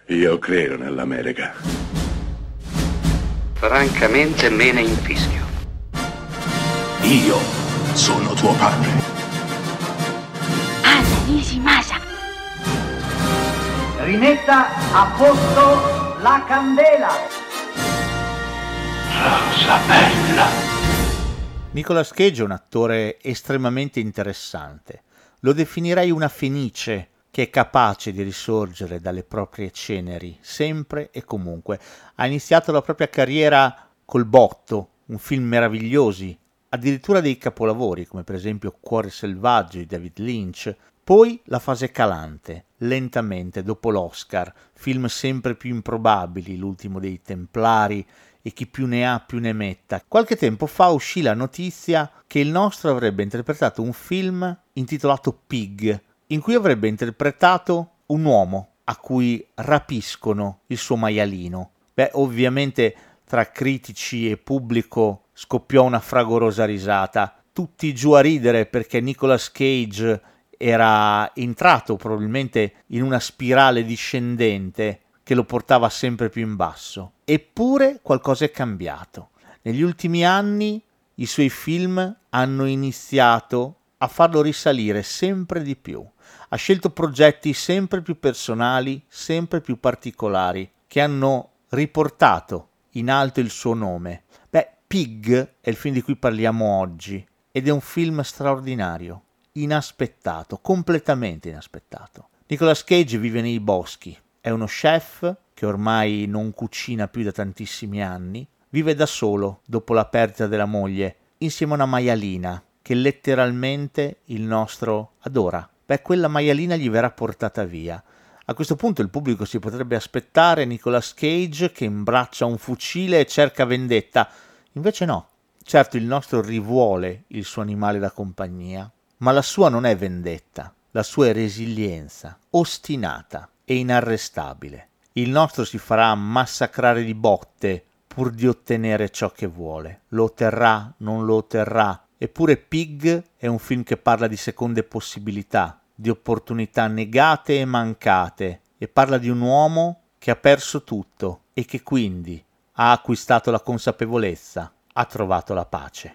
Io credo nell'America. Francamente me ne infischio. Io sono tuo padre. Anna Nishimasa. Rimetta a posto la candela. Rosa bella. Nicolas Cage è un attore estremamente interessante. Lo definirei una fenice che è capace di risorgere dalle proprie ceneri, sempre e comunque. Ha iniziato la propria carriera col Botto, un film meravigliosi, addirittura dei capolavori, come per esempio Cuore selvaggio di David Lynch. Poi la fase calante, lentamente, dopo l'Oscar, film sempre più improbabili, l'ultimo dei Templari, e chi più ne ha più ne metta. Qualche tempo fa uscì la notizia che il nostro avrebbe interpretato un film intitolato Pig, in cui avrebbe interpretato un uomo a cui rapiscono il suo maialino. Ovviamente tra critici e pubblico scoppiò una fragorosa risata, tutti giù a ridere perché Nicolas Cage era entrato probabilmente in una spirale discendente che lo portava sempre più in basso. Eppure qualcosa è cambiato. Negli ultimi anni i suoi film hanno iniziato a farlo risalire sempre di più. Ha scelto progetti sempre più personali, sempre più particolari, che hanno riportato in alto il suo nome. Pig è il film di cui parliamo oggi ed è un film straordinario, inaspettato, completamente inaspettato. Nicolas Cage vive nei boschi, è uno chef che ormai non cucina più da tantissimi anni, vive da solo dopo la perdita della moglie, insieme a una maialina che letteralmente il nostro adora. Quella maialina gli verrà portata via. A questo punto il pubblico si potrebbe aspettare Nicolas Cage che imbraccia un fucile e cerca vendetta. Invece no. Certo, il nostro rivuole il suo animale da compagnia, ma la sua non è vendetta, la sua è resilienza, ostinata e inarrestabile. Il nostro si farà massacrare di botte pur di ottenere ciò che vuole. Lo otterrà, non lo otterrà. Eppure Pig è un film che parla di seconde possibilità, di opportunità negate e mancate, e parla di un uomo che ha perso tutto e che quindi ha acquistato la consapevolezza, ha trovato la pace.